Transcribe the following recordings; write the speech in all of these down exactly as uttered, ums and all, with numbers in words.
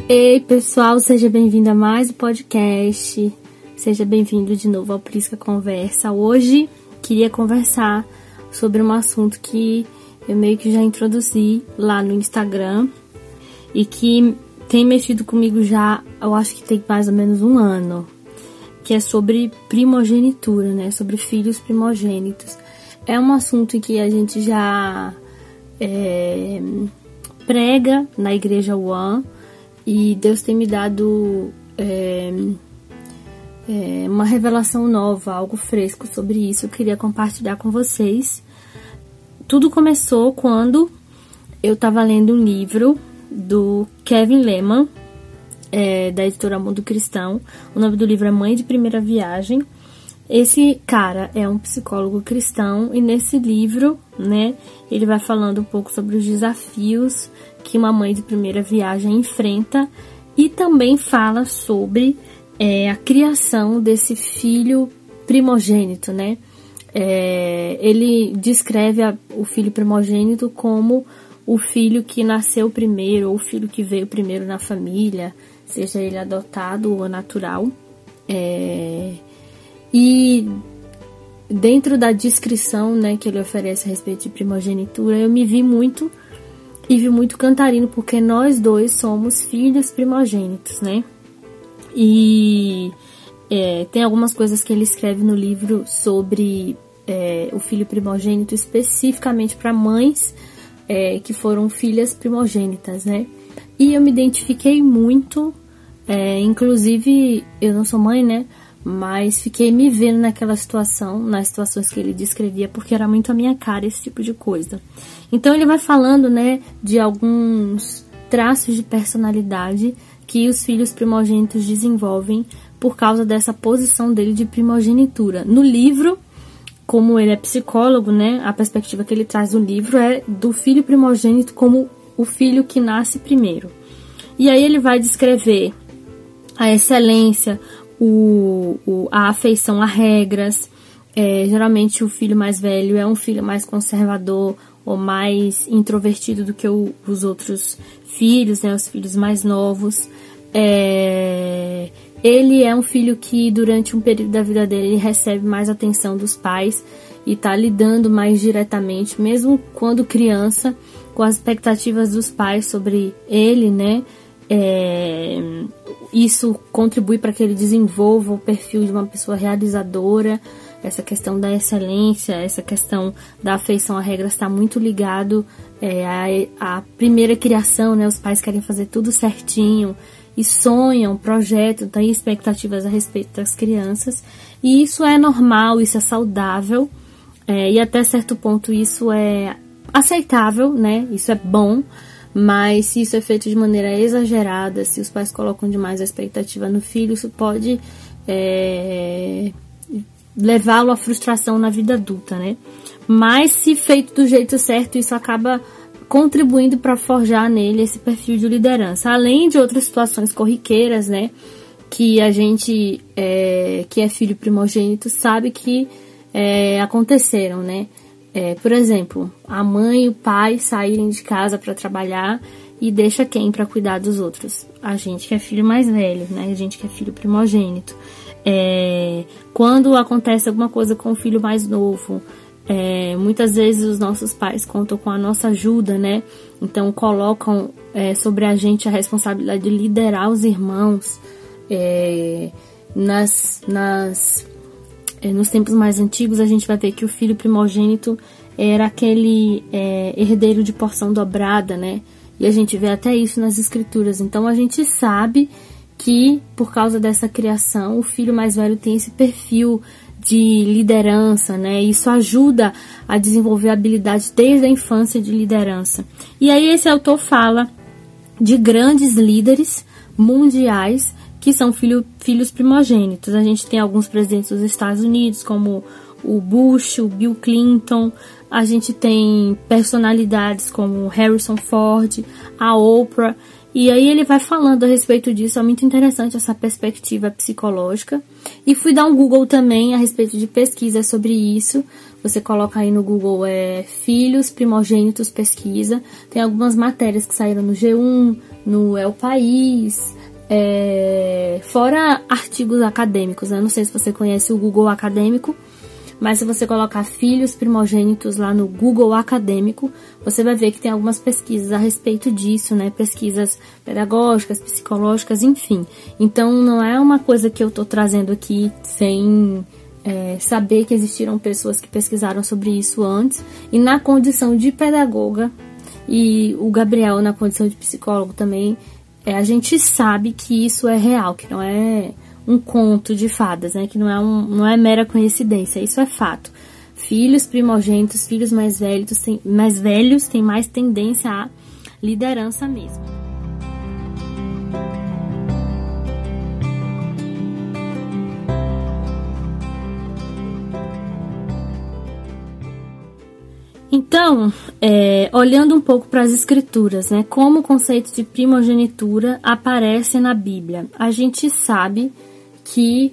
Ei, pessoal, seja bem-vindo a mais um podcast. Seja bem-vindo de novo ao Prisca Conversa. Hoje, queria conversar sobre um assunto que eu meio que já introduzi lá no Instagram e que tem mexido comigo já, eu acho que tem mais ou menos um ano, que é sobre primogenitura, né? Sobre filhos primogênitos. É um assunto que a gente já é, prega na Igreja One e Deus tem me dado é, é, uma revelação nova, algo fresco sobre isso. Eu queria compartilhar com vocês. Tudo começou quando eu estava lendo um livro do Kevin Leman, é, da editora Mundo Cristão. O nome do livro é Mãe de Primeira Viagem. Esse cara é um psicólogo cristão e nesse livro, né, ele vai falando um pouco sobre os desafios que uma mãe de primeira viagem enfrenta e também fala sobre é, a criação desse filho primogênito, né? É, ele descreve a, o filho primogênito como o filho que nasceu primeiro, ou o filho que veio primeiro na família, seja ele adotado ou natural. É, e dentro da descrição, né, que ele oferece a respeito de primogenitura, eu me vi muito e vi muito Cantarino, porque nós dois somos filhos primogênitos, né? E é, tem algumas coisas que ele escreve no livro sobre é, o filho primogênito, especificamente para mães é, que foram filhas primogênitas, né? E eu me identifiquei muito, é, inclusive eu não sou mãe, né? Mas fiquei me vendo naquela situação, nas situações que ele descrevia, porque era muito a minha cara esse tipo de coisa. Então ele vai falando, né, de alguns traços de personalidade que os filhos primogênitos desenvolvem por causa dessa posição dele de primogenitura. No livro, como ele é psicólogo, né, a perspectiva que ele traz no livro é do filho primogênito como o filho que nasce primeiro. E aí ele vai descrever a excelência, O, o, a afeição a regras. É, geralmente o filho mais velho é um filho mais conservador ou mais introvertido do que o, os outros filhos, né, os filhos mais novos. É, ele é um filho que durante um período da vida dele ele recebe mais atenção dos pais e está lidando mais diretamente, mesmo quando criança, com as expectativas dos pais sobre ele, né? É, isso contribui para que ele desenvolva o perfil de uma pessoa realizadora. Essa questão da excelência, essa questão da afeição a regras está muito ligado é, à, à primeira criação, né? Os pais querem fazer tudo certinho e sonham, projetam, têm expectativas a respeito das crianças, e isso é normal, isso é saudável, é, e até certo ponto isso é aceitável, né? Isso é bom. Mas se isso é feito de maneira exagerada, se os pais colocam demais a expectativa no filho, isso pode é, levá-lo à frustração na vida adulta, né? Mas se feito do jeito certo, isso acaba contribuindo para forjar nele esse perfil de liderança. Além de outras situações corriqueiras, né? Que a gente, é, que é filho primogênito, sabe que é, aconteceram, né? É, por exemplo, a mãe e o pai saírem de casa para trabalhar e deixa quem para cuidar dos outros? A gente que é filho mais velho, né? A gente que é filho primogênito. É, quando acontece alguma coisa com o filho mais novo, é, muitas vezes os nossos pais contam com a nossa ajuda, né? Então colocam é, sobre a gente a responsabilidade de liderar os irmãos. É, nas... nas Nos tempos mais antigos, a gente vai ver que o filho primogênito era aquele é, herdeiro de porção dobrada, né? E a gente vê até isso nas escrituras. Então, a gente sabe que, por causa dessa criação, o filho mais velho tem esse perfil de liderança, né? Isso ajuda a desenvolver a habilidade desde a infância de liderança. E aí, esse autor fala de grandes líderes mundiais que são filho, filhos primogênitos. A gente tem alguns presidentes dos Estados Unidos, como o Bush, o Bill Clinton. A gente tem personalidades como Harrison Ford, a Oprah. E aí ele vai falando a respeito disso, é muito interessante essa perspectiva psicológica. E fui dar um Google também a respeito de pesquisa sobre isso. Você coloca aí no Google é, filhos primogênitos pesquisa. Tem algumas matérias que saíram no G um, no El País, é, fora artigos acadêmicos, né? Não sei se você conhece o Google Acadêmico, mas se você colocar filhos primogênitos lá no Google Acadêmico, você vai ver que tem algumas pesquisas a respeito disso, né? Pesquisas pedagógicas, psicológicas, enfim. Então, não é uma coisa que eu tô trazendo aqui sem é, saber que existiram pessoas que pesquisaram sobre isso antes. E na condição de pedagoga, e o Gabriel na condição de psicólogo também, é, a gente sabe que isso é real, que não é um conto de fadas, né? Que não é, um, não é mera coincidência, isso é fato. Filhos primogênitos, filhos mais velhos, tem, mais velhos têm mais tendência à liderança mesmo. Então, é, olhando um pouco para as escrituras, né? Como o conceito de primogenitura aparece na Bíblia. A gente sabe que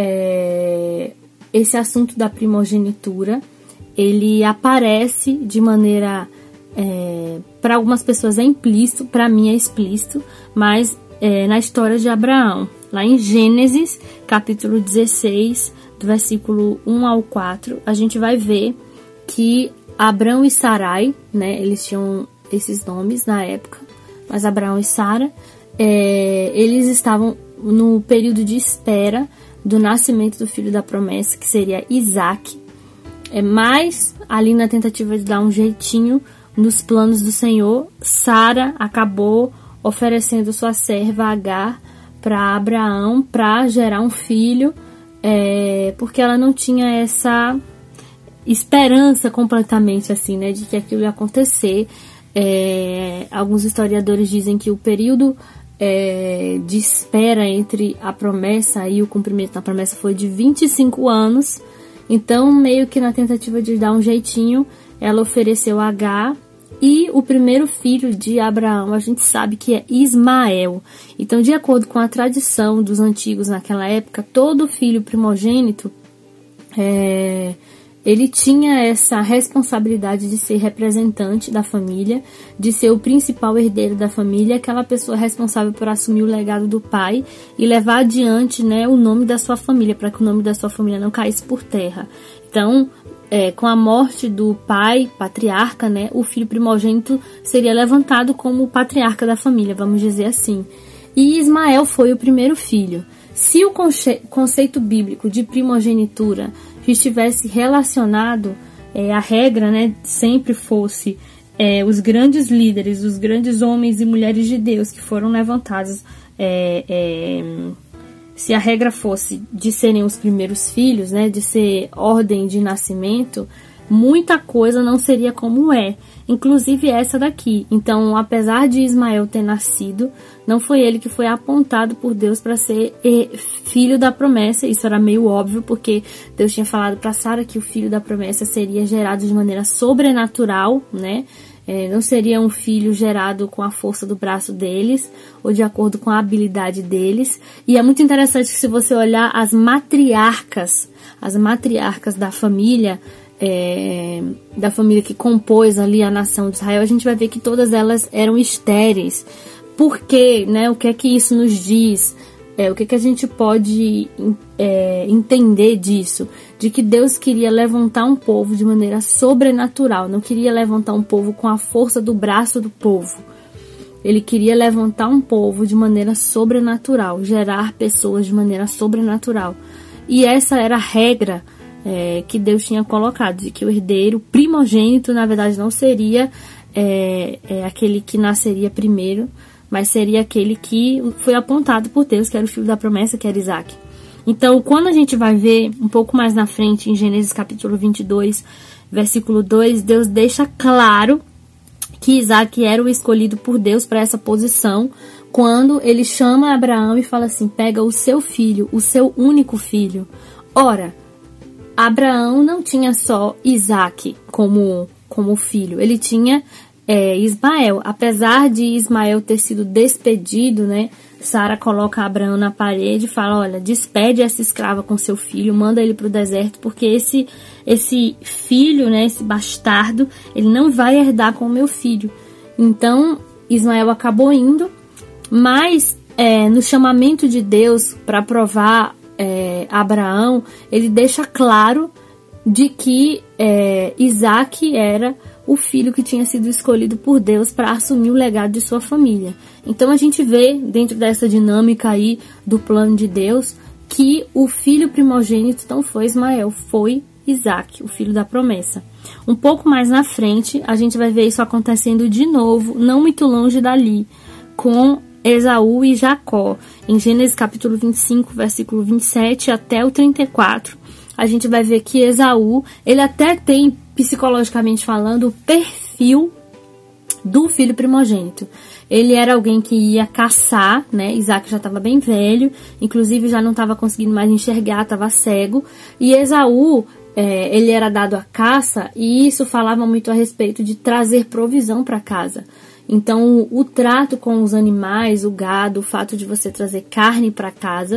é, esse assunto da primogenitura, ele aparece de maneira, é, para algumas pessoas é implícito, para mim é explícito, mas é, na história de Abraão, lá em Gênesis, capítulo dezesseis, do versículo um ao quatro, a gente vai ver que Abrão e Sarai, né, eles tinham esses nomes na época, mas Abraão e Sara, é, eles estavam no período de espera do nascimento do filho da promessa, que seria Isaac, é, mas ali na tentativa de dar um jeitinho nos planos do Senhor, Sara acabou oferecendo sua serva Agar para Abraão para gerar um filho, é, porque ela não tinha essa esperança completamente assim, né, de que aquilo ia acontecer. É, alguns historiadores dizem que o período é, de espera entre a promessa e o cumprimento da promessa foi de vinte e cinco anos. Então, meio que na tentativa de dar um jeitinho, ela ofereceu Agar, e o primeiro filho de Abraão, a gente sabe que é Ismael. Então, de acordo com a tradição dos antigos naquela época, todo filho primogênito é, ele tinha essa responsabilidade de ser representante da família, de ser o principal herdeiro da família, aquela pessoa responsável por assumir o legado do pai e levar adiante, né, o nome da sua família, para que o nome da sua família não caísse por terra. Então, é, com a morte do pai, patriarca, né, o filho primogênito seria levantado como o patriarca da família, vamos dizer assim. E Ismael foi o primeiro filho. Se o conce- conceito bíblico de primogenitura estivesse relacionado, é, a regra, né, sempre fosse é, os grandes líderes, os grandes homens e mulheres de Deus que foram levantados, é, é, se a regra fosse de serem os primeiros filhos, né, de ser ordem de nascimento, muita coisa não seria como é, inclusive essa daqui. Então, apesar de Ismael ter nascido, não foi ele que foi apontado por Deus para ser filho da promessa. Isso era meio óbvio, porque Deus tinha falado para Sara que o filho da promessa seria gerado de maneira sobrenatural, né? É, não seria um filho gerado com a força do braço deles, ou de acordo com a habilidade deles. E é muito interessante que, se você olhar as matriarcas, as matriarcas da família, É, da família que compôs ali a nação de Israel, a gente vai ver que todas elas eram estéreis. Por quê? Né? O que é que isso nos diz? É, o que é que a gente pode é, entender disso? De que Deus queria levantar um povo de maneira sobrenatural, não queria levantar um povo com a força do braço do povo. Ele queria levantar um povo de maneira sobrenatural, gerar pessoas de maneira sobrenatural. E essa era a regra É, que Deus tinha colocado, de que o herdeiro primogênito, na verdade, não seria é, é, aquele que nasceria primeiro, mas seria aquele que foi apontado por Deus, que era o filho da promessa, que era Isaac. Então, quando a gente vai ver um pouco mais na frente, em Gênesis capítulo vinte e dois, versículo dois, Deus deixa claro que Isaac era o escolhido por Deus para essa posição, quando ele chama Abraão e fala assim: pega o seu filho, o seu único filho. Ora, Abraão não tinha só Isaac como, como filho, ele tinha é, Ismael. Apesar de Ismael ter sido despedido, né, Sara coloca Abraão na parede e fala, olha, despede essa escrava com seu filho, manda ele para o deserto, porque esse, esse filho, né, esse bastardo, ele não vai herdar com o meu filho. Então, Ismael acabou indo, mas é, no chamamento de Deus para provar é, Abraão, ele deixa claro de que é, Isaac era o filho que tinha sido escolhido por Deus para assumir o legado de sua família. Então a gente vê dentro dessa dinâmica aí do plano de Deus que o filho primogênito não foi Ismael, foi Isaac, o filho da promessa. Um pouco mais na frente a gente vai ver isso acontecendo de novo, não muito longe dali, com Esaú e Jacó. Em Gênesis capítulo vinte e cinco, versículo vinte e sete até o trinta e quatro, a gente vai ver que Esaú, ele até tem, psicologicamente falando, o perfil do filho primogênito. Ele era alguém que ia caçar, né? Isaac já estava bem velho, inclusive já não estava conseguindo mais enxergar, estava cego. E Esaú, é, ele era dado à caça, e isso falava muito a respeito de trazer provisão para casa. Então, o, o trato com os animais, o gado, o fato de você trazer carne para casa,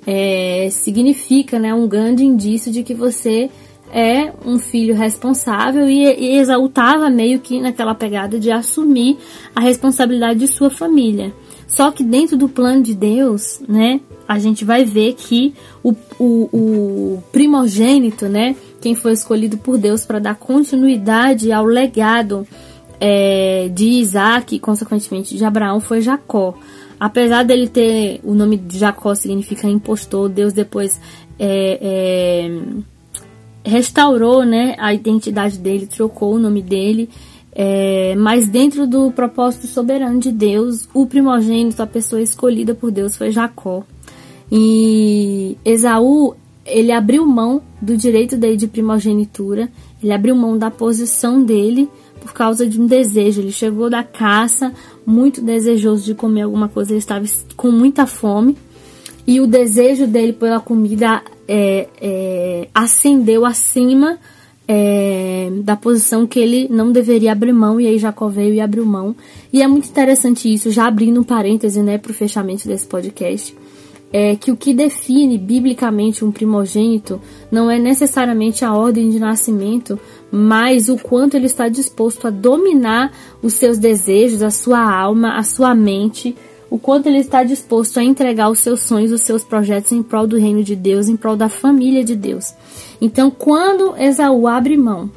É, significa, né, um grande indício de que você é um filho responsável, e, e Esaú estava meio que naquela pegada de assumir a responsabilidade de sua família. Só que dentro do plano de Deus, né, a gente vai ver que o, o, o primogênito, né, quem foi escolhido por Deus para dar continuidade ao legado é, de Isaac e consequentemente de Abraão, foi Jacó. Apesar dele ter, o nome de Jacó significa impostor, Deus depois é, é, restaurou, né, a identidade dele, trocou o nome dele, é, mas dentro do propósito soberano de Deus, o primogênito, a pessoa escolhida por Deus, foi Jacó. E Esaú, ele abriu mão do direito dele de primogenitura, ele abriu mão da posição dele por causa de um desejo. Ele chegou da caça muito desejoso de comer alguma coisa, ele estava com muita fome, e o desejo dele pela comida é, é, ascendeu acima é, da posição que ele não deveria abrir mão, e aí Jacó veio e abriu mão. E é muito interessante isso, já abrindo um parêntese, né, para o fechamento desse podcast, é que o que define biblicamente um primogênito não é necessariamente a ordem de nascimento, mas o quanto ele está disposto a dominar os seus desejos, a sua alma, a sua mente, o quanto ele está disposto a entregar os seus sonhos, os seus projetos em prol do reino de Deus, em prol da família de Deus. Então, quando Esaú abre mão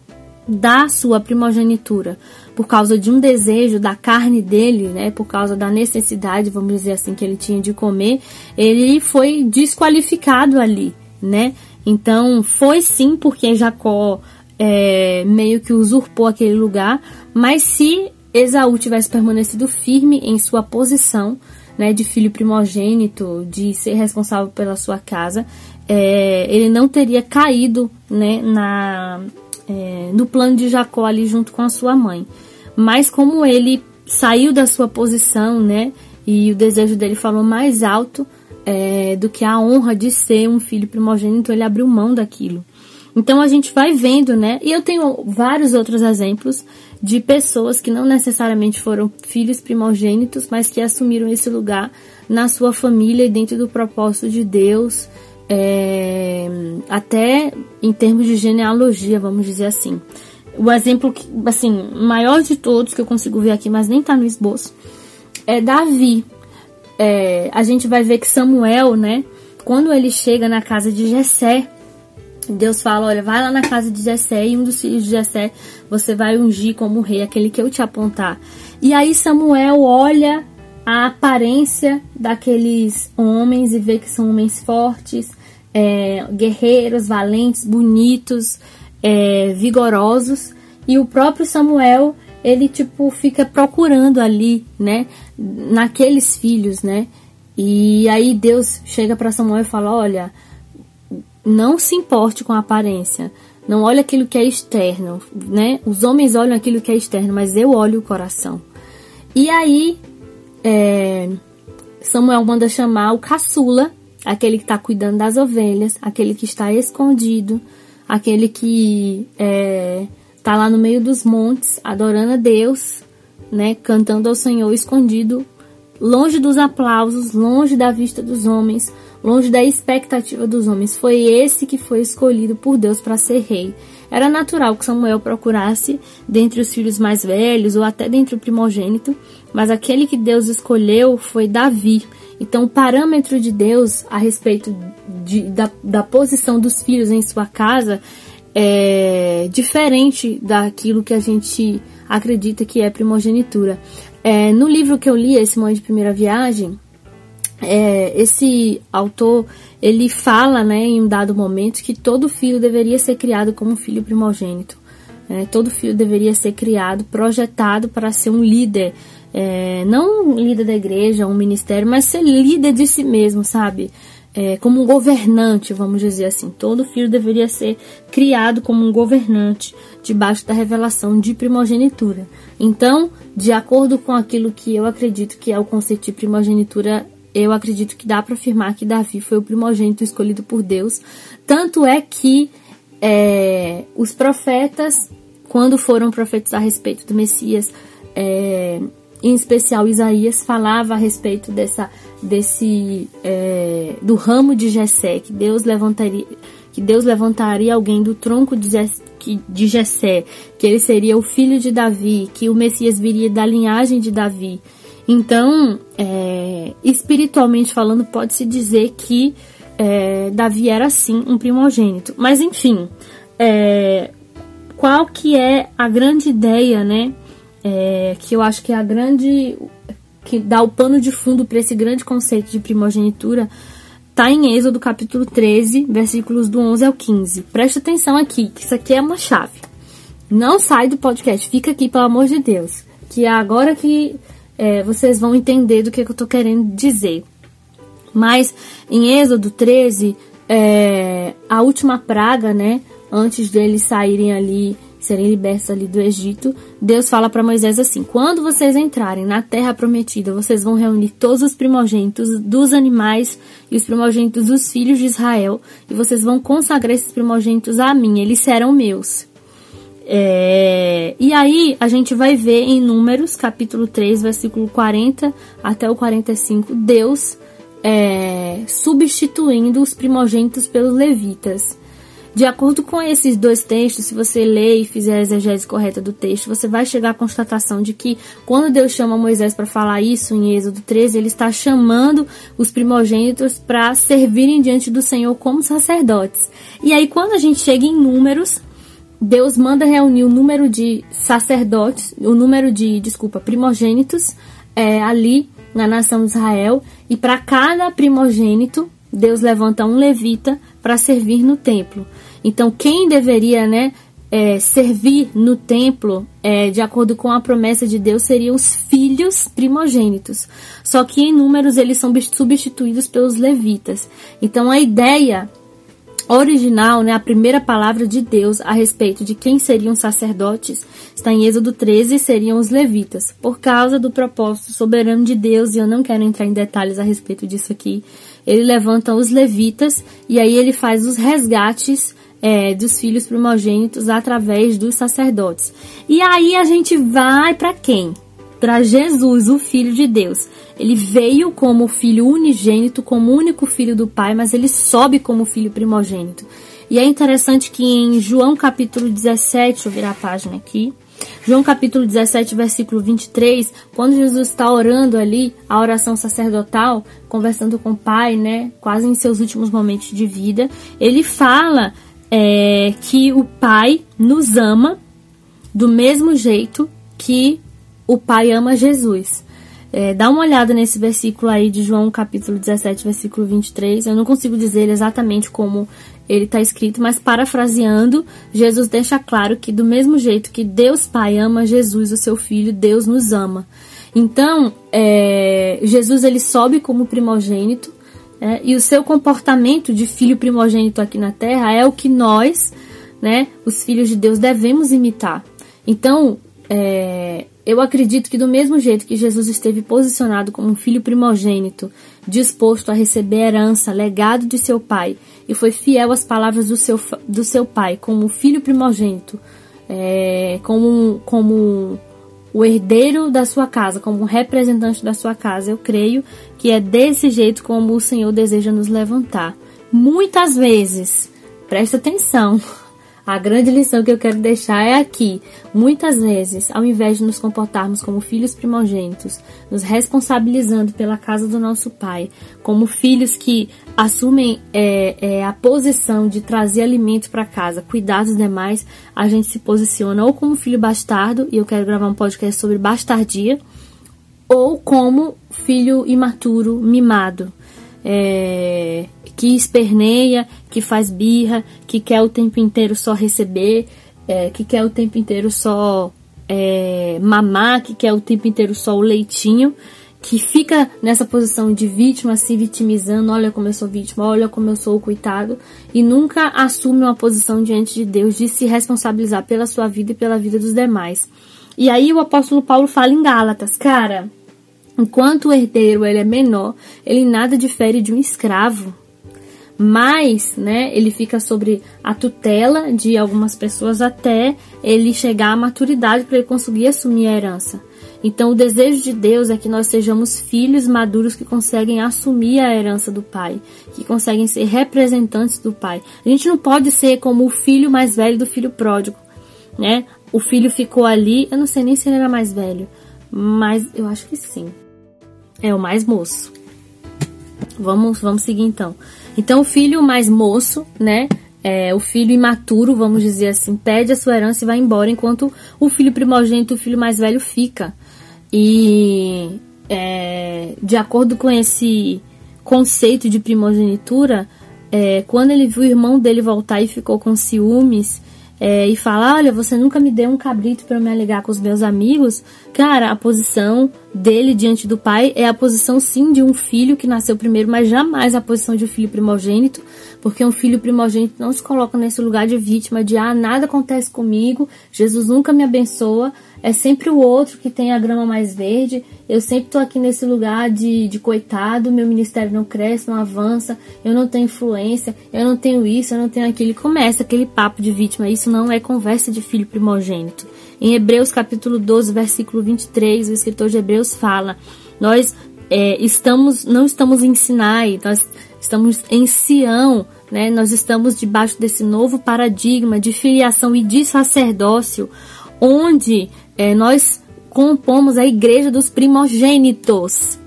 da sua primogenitura por causa de um desejo da carne dele, né, por causa da necessidade, vamos dizer assim, que ele tinha de comer, ele foi desqualificado ali, né? Então, foi sim porque Jacó é, meio que usurpou aquele lugar, mas se Esaú tivesse permanecido firme em sua posição, né, de filho primogênito, de ser responsável pela sua casa, é, ele não teria caído, né, na, é, no plano de Jacó ali junto com a sua mãe. Mas como ele saiu da sua posição, né, e o desejo dele falou mais alto é, do que a honra de ser um filho primogênito, ele abriu mão daquilo. Então a gente vai vendo, né, e eu tenho vários outros exemplos de pessoas que não necessariamente foram filhos primogênitos, mas que assumiram esse lugar na sua família e dentro do propósito de Deus, é, até em termos de genealogia, vamos dizer assim. O exemplo, que, assim, maior de todos que eu consigo ver aqui, mas nem tá no esboço, é Davi. É, a gente vai ver que Samuel, né, quando ele chega na casa de Jessé, Deus fala, olha, vai lá na casa de Jessé, e um dos filhos de Jessé você vai ungir como rei, aquele que eu te apontar. E aí Samuel olha a aparência daqueles homens e vê que são homens fortes, é, guerreiros, valentes, bonitos, é, vigorosos, e o próprio Samuel, ele tipo fica procurando ali, né, naqueles filhos, né, e aí Deus chega para Samuel e fala, olha, não se importe com a aparência, não olhe aquilo que é externo, né, os homens olham aquilo que é externo, mas eu olho o coração. E aí é, Samuel manda chamar o caçula, aquele que está cuidando das ovelhas, aquele que está escondido, aquele que está tá lá no meio dos montes, adorando a Deus, né, cantando ao Senhor escondido, longe dos aplausos, longe da vista dos homens, longe da expectativa dos homens. Foi esse que foi escolhido por Deus para ser rei. Era natural que Samuel procurasse dentre os filhos mais velhos ou até dentre o primogênito, mas aquele que Deus escolheu foi Davi. Então, o parâmetro de Deus a respeito de, da, da posição dos filhos em sua casa é diferente daquilo que a gente acredita que é primogenitura. É, no livro que eu li, esse Mãe de Primeira Viagem, é, esse autor, ele fala, né, em um dado momento, que todo filho deveria ser criado como filho primogênito. É, todo filho deveria ser criado, projetado para ser um líder, é, não um líder da igreja, um ministério, mas ser líder de si mesmo, sabe? É, como um governante, vamos dizer assim. Todo filho deveria ser criado como um governante, debaixo da revelação de primogenitura. Então, de acordo com aquilo que eu acredito que é o conceito de primogenitura, eu acredito que dá para afirmar que Davi foi o primogênito escolhido por Deus. Tanto é que é, os profetas, quando foram profetizar a respeito do Messias, é, em especial Isaías, falava a respeito dessa, desse, é, do ramo de Jessé, que Deus levantaria, que Deus levantaria alguém do tronco de Jessé, de Jessé, que ele seria o filho de Davi, que o Messias viria da linhagem de Davi. Então, é, espiritualmente falando, pode-se dizer que é, Davi era sim um primogênito. Mas enfim, é, qual que é a grande ideia, né? É, que eu acho que é a grande, que dá o pano de fundo para esse grande conceito de primogenitura, tá em Êxodo capítulo treze, versículos do onze ao quinze. Presta atenção aqui, que isso aqui é uma chave. Não sai do podcast, fica aqui, pelo amor de Deus, que é agora que é, vocês vão entender do que, que eu tô querendo dizer. Mas em Êxodo treze, é, a última praga, né, antes deles saírem ali, serem libertos ali do Egito, Deus fala para Moisés assim: quando vocês entrarem na terra prometida, vocês vão reunir todos os primogênitos dos animais e os primogênitos dos filhos de Israel, e vocês vão consagrar esses primogênitos a mim, eles serão meus. É, e aí a gente vai ver em Números, capítulo três, versículo quarenta até o quarenta e cinco, Deus é, substituindo os primogênitos pelos levitas. De acordo com esses dois textos, se você ler e fizer a exegese correta do texto, você vai chegar à constatação de que quando Deus chama Moisés para falar isso em Êxodo treze, ele está chamando os primogênitos para servirem diante do Senhor como sacerdotes. E aí quando a gente chega em Números, Deus manda reunir o número de sacerdotes, o número de, desculpa, primogênitos é, ali na nação de Israel, e para cada primogênito, Deus levanta um levita para servir no templo. Então, quem deveria, né, é, servir no templo, é, de acordo com a promessa de Deus, seriam os filhos primogênitos. Só que em Números eles são substituídos pelos levitas. Então, a ideia original, né, a primeira palavra de Deus a respeito de quem seriam sacerdotes, está em Êxodo treze, seriam os levitas. Por causa do propósito soberano de Deus, e eu não quero entrar em detalhes a respeito disso aqui, ele levanta os levitas e aí ele faz os resgates é, dos filhos primogênitos através dos sacerdotes. E aí a gente vai para quem? Para Jesus, o Filho de Deus. Ele veio como filho unigênito, como único filho do Pai, mas ele sobe como filho primogênito. E é interessante que em João capítulo dezessete, deixa eu virar a página aqui, João capítulo dezessete, versículo vinte e três, quando Jesus está orando ali, a oração sacerdotal, conversando com o Pai, né, quase em seus últimos momentos de vida, ele fala é, que o Pai nos ama do mesmo jeito que o Pai ama Jesus. É, dá uma olhada nesse versículo aí de João capítulo dezessete, versículo vinte e três. Eu não consigo dizer ele exatamente como ele está escrito, mas parafraseando, Jesus deixa claro que do mesmo jeito que Deus Pai ama Jesus, o seu Filho, Deus nos ama. Então, é, Jesus ele sobe como primogênito, é, e o seu comportamento de filho primogênito aqui na terra é o que nós, né, os filhos de Deus, devemos imitar. Então, é, eu acredito que do mesmo jeito que Jesus esteve posicionado como um filho primogênito, disposto a receber herança, legado de seu pai, e foi fiel às palavras do seu, do seu pai, como filho primogênito, é, como, como o herdeiro da sua casa, como um representante da sua casa. Eu creio que é desse jeito como o Senhor deseja nos levantar. Muitas vezes, presta atenção, a grande lição que eu quero deixar é aqui. Muitas vezes, ao invés de nos comportarmos como filhos primogênitos, nos responsabilizando pela casa do nosso pai, como filhos que assumem é, é, a posição de trazer alimento para casa, cuidar dos demais, a gente se posiciona ou como filho bastardo, e eu quero gravar um podcast sobre bastardia, ou como filho imaturo, mimado, é, que esperneia, que faz birra, que quer o tempo inteiro só receber, é, que quer o tempo inteiro só é, mamar, que quer o tempo inteiro só o leitinho, que fica nessa posição de vítima, se vitimizando, olha como eu sou vítima, olha como eu sou o coitado, e nunca assume uma posição diante de Deus de se responsabilizar pela sua vida e pela vida dos demais. E aí o apóstolo Paulo fala em Gálatas, cara, enquanto o herdeiro ele é menor, ele nada difere de um escravo. Mas, né, ele fica sobre a tutela de algumas pessoas até ele chegar à maturidade para ele conseguir assumir a herança. Então, o desejo de Deus é que nós sejamos filhos maduros que conseguem assumir a herança do Pai, que conseguem ser representantes do Pai. A gente não pode ser como o filho mais velho do filho pródigo, né? O filho ficou ali, eu não sei nem se ele era mais velho, mas eu acho que sim. É o mais moço. Vamos, vamos seguir então. Então, o filho mais moço, né, é, o filho imaturo, vamos dizer assim, pede a sua herança e vai embora, enquanto o filho primogênito, o filho mais velho, fica. E, é, de acordo com esse conceito de primogenitura, é, quando ele viu o irmão dele voltar e ficou com ciúmes, é, e fala, olha, você nunca me deu um cabrito para eu me alegar com os meus amigos, cara, a posição dele diante do pai é a posição sim de um filho que nasceu primeiro, mas jamais a posição de um filho primogênito, porque um filho primogênito não se coloca nesse lugar de vítima, de ah, nada acontece comigo, Jesus nunca me abençoa, é sempre o outro que tem a grama mais verde, eu sempre tô aqui nesse lugar de, de coitado, meu ministério não cresce, não avança, eu não tenho influência, eu não tenho isso, eu não tenho aquilo, e começa aquele papo de vítima. Isso não é conversa de filho primogênito. Em Hebreus capítulo doze, versículo vinte e três, o escritor de Hebreus fala, nós é, estamos, não estamos em Sinai, nós estamos em Sião, né? Nós estamos debaixo desse novo paradigma de filiação e de sacerdócio, onde é, nós compomos a igreja dos primogênitos.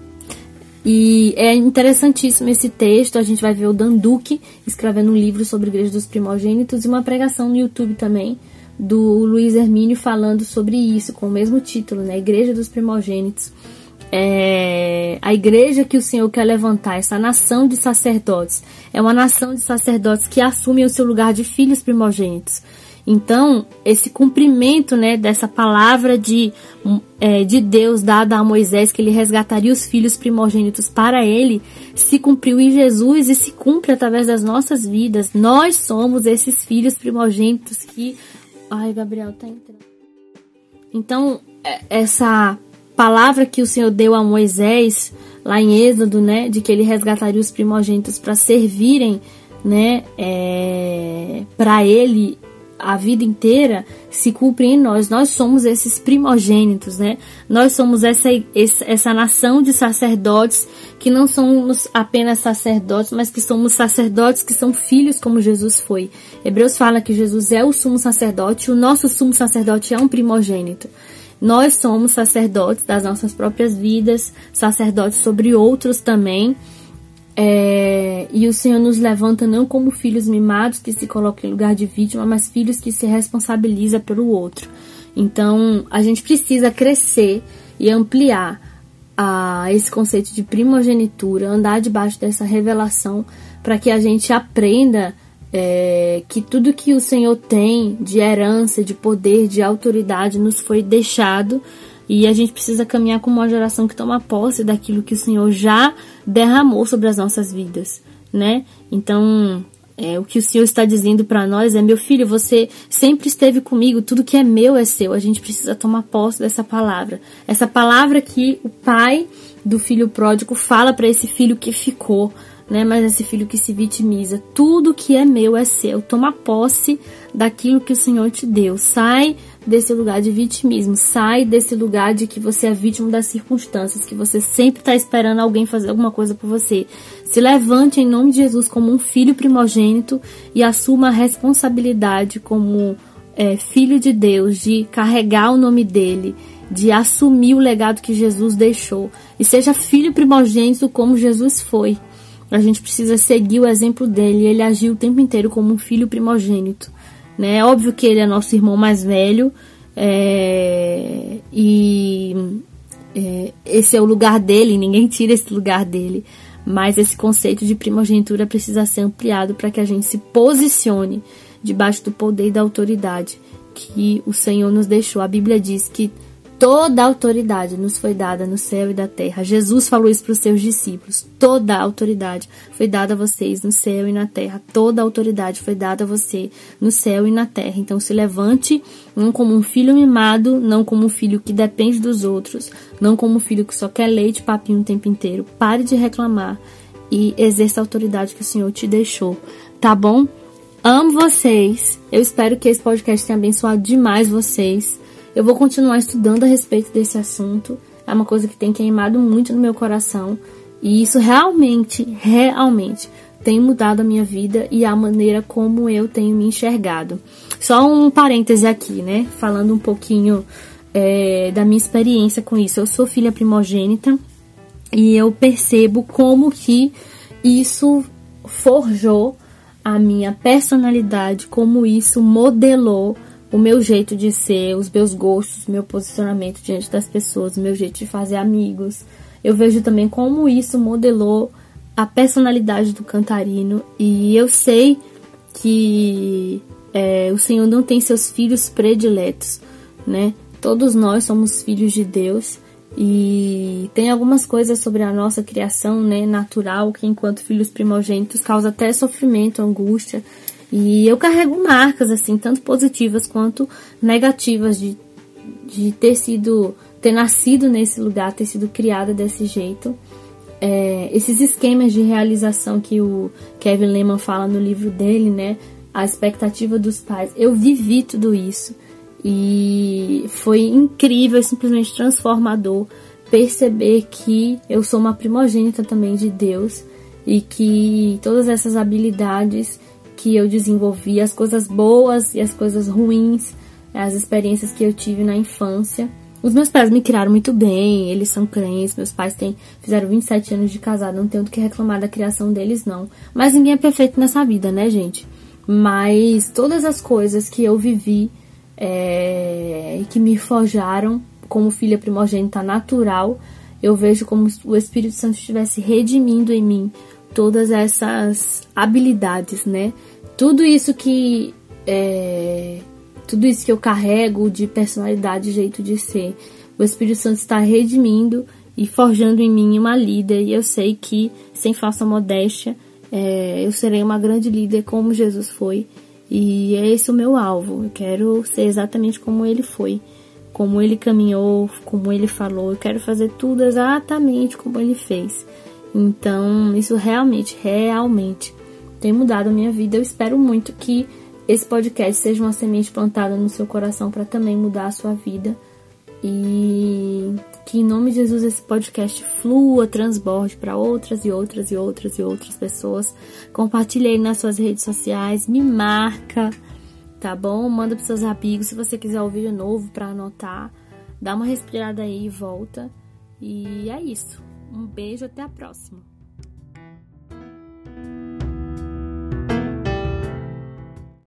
E é interessantíssimo esse texto. A gente vai ver o Dan Duque escrevendo um livro sobre a igreja dos primogênitos e uma pregação no YouTube também do Luiz Hermínio falando sobre isso, com o mesmo título, né? Igreja dos primogênitos. É, a igreja que o Senhor quer levantar, essa nação de sacerdotes, é uma nação de sacerdotes que assume o seu lugar de filhos primogênitos. Então, esse cumprimento, né, dessa palavra de, é, de Deus dada a Moisés, que ele resgataria os filhos primogênitos para ele, se cumpriu em Jesus e se cumpre através das nossas vidas. Nós somos esses filhos primogênitos que... Ai, Gabriel, tá entrando. Então, essa palavra que o Senhor deu a Moisés, lá em Êxodo, né, de que ele resgataria os primogênitos para servirem, né, é, para ele a vida inteira, se cumpre em nós. Nós somos esses primogênitos, né? Nós somos essa, essa nação de sacerdotes que não somos apenas sacerdotes, mas que somos sacerdotes que são filhos como Jesus foi. Hebreus fala que Jesus é o sumo sacerdote, o nosso sumo sacerdote é um primogênito. Nós somos sacerdotes das nossas próprias vidas, sacerdotes sobre outros também. É, e o Senhor nos levanta não como filhos mimados que se colocam em lugar de vítima, mas filhos que se responsabilizam pelo outro. Então, a gente precisa crescer e ampliar a, esse conceito de primogenitura, andar debaixo dessa revelação, para que a gente aprenda é, que tudo que o Senhor tem de herança, de poder, de autoridade, nos foi deixado. E a gente precisa caminhar como uma geração que toma posse daquilo que o Senhor já derramou sobre as nossas vidas, né? Então, é, o que o Senhor está dizendo para nós é, meu filho, você sempre esteve comigo, tudo que é meu é seu. A gente precisa tomar posse dessa palavra. Essa palavra que o pai do filho pródigo fala para esse filho que ficou, né? Mas esse filho que se vitimiza. Tudo que é meu é seu. Toma posse daquilo que o Senhor te deu. Sai desse lugar de vitimismo. Sai desse lugar de que você é vítima das circunstâncias, que você sempre está esperando alguém fazer alguma coisa por você. Se levante em nome de Jesus como um filho primogênito e assuma a responsabilidade como é, filho de Deus, de carregar o nome dele, de assumir o legado que Jesus deixou. E seja filho primogênito como Jesus foi. A gente precisa seguir o exemplo dele. Ele agiu o tempo inteiro como um filho primogênito, né? É óbvio que ele é nosso irmão mais velho, é, e é, esse é o lugar dele, ninguém tira esse lugar dele. Mas esse conceito de primogenitura precisa ser ampliado para que a gente se posicione debaixo do poder e da autoridade que o Senhor nos deixou. A Bíblia diz que toda a autoridade nos foi dada no céu e da terra. Jesus falou isso para os seus discípulos. Toda a autoridade foi dada a vocês no céu e na terra. Toda a autoridade foi dada a você no céu e na terra. Então se levante, não como um filho mimado, não como um filho que depende dos outros, não como um filho que só quer leite e papinho o tempo inteiro. Pare de reclamar e exerça a autoridade que o Senhor te deixou. Tá bom? Amo vocês. Eu espero que esse podcast tenha abençoado demais vocês. Eu vou continuar estudando a respeito desse assunto. É uma coisa que tem queimado muito no meu coração. E isso realmente, realmente tem mudado a minha vida e a maneira como eu tenho me enxergado. Só um parêntese aqui, né? Falando um pouquinho é, da minha experiência com isso. Eu sou filha primogênita e eu percebo como que isso forjou a minha personalidade, como isso modelou o meu jeito de ser, os meus gostos, o meu posicionamento diante das pessoas, o meu jeito de fazer amigos. Eu vejo também como isso modelou a personalidade do cantarino. E eu sei que é, o Senhor não tem seus filhos prediletos, né? Todos nós somos filhos de Deus. E tem algumas coisas sobre a nossa criação, né, natural, que enquanto filhos primogênitos causa até sofrimento, angústia. E eu carrego marcas, assim, tanto positivas quanto negativas de, de ter sido, ter nascido nesse lugar, ter sido criada desse jeito. É, esses esquemas de realização que o Kevin Leman fala no livro dele, né? A expectativa dos pais. Eu vivi tudo isso. E foi incrível, simplesmente transformador perceber que eu sou uma primogênita também de Deus. E que todas essas habilidades que eu desenvolvi, as coisas boas e as coisas ruins, as experiências que eu tive na infância. Os meus pais me criaram muito bem, eles são crentes, meus pais têm, fizeram vinte e sete anos de casado, não tenho do que reclamar da criação deles, não. Mas ninguém é perfeito nessa vida, né, gente? Mas todas as coisas que eu vivi é, e que me forjaram como filha primogênita natural, eu vejo como o Espírito Santo estivesse redimindo em mim todas essas habilidades, né? Tudo isso que é, tudo isso que eu carrego de personalidade, jeito de ser, o Espírito Santo está redimindo e forjando em mim uma líder. E eu sei que, sem falsa modéstia, é, eu serei uma grande líder como Jesus foi. E é esse o meu alvo. Eu quero ser exatamente como ele foi, como ele caminhou, como ele falou. Eu quero fazer tudo exatamente como ele fez. Então, isso realmente, realmente tem mudado a minha vida. Eu espero muito que esse podcast seja uma semente plantada no seu coração para também mudar a sua vida. E que em nome de Jesus esse podcast flua, transborde para outras e outras e outras e outras pessoas. Compartilhe aí nas suas redes sociais, me marca, tá bom? Manda pros seus amigos. Se você quiser ouvir de novo para anotar, dá uma respirada aí e volta. E é isso. Um beijo, até a próxima.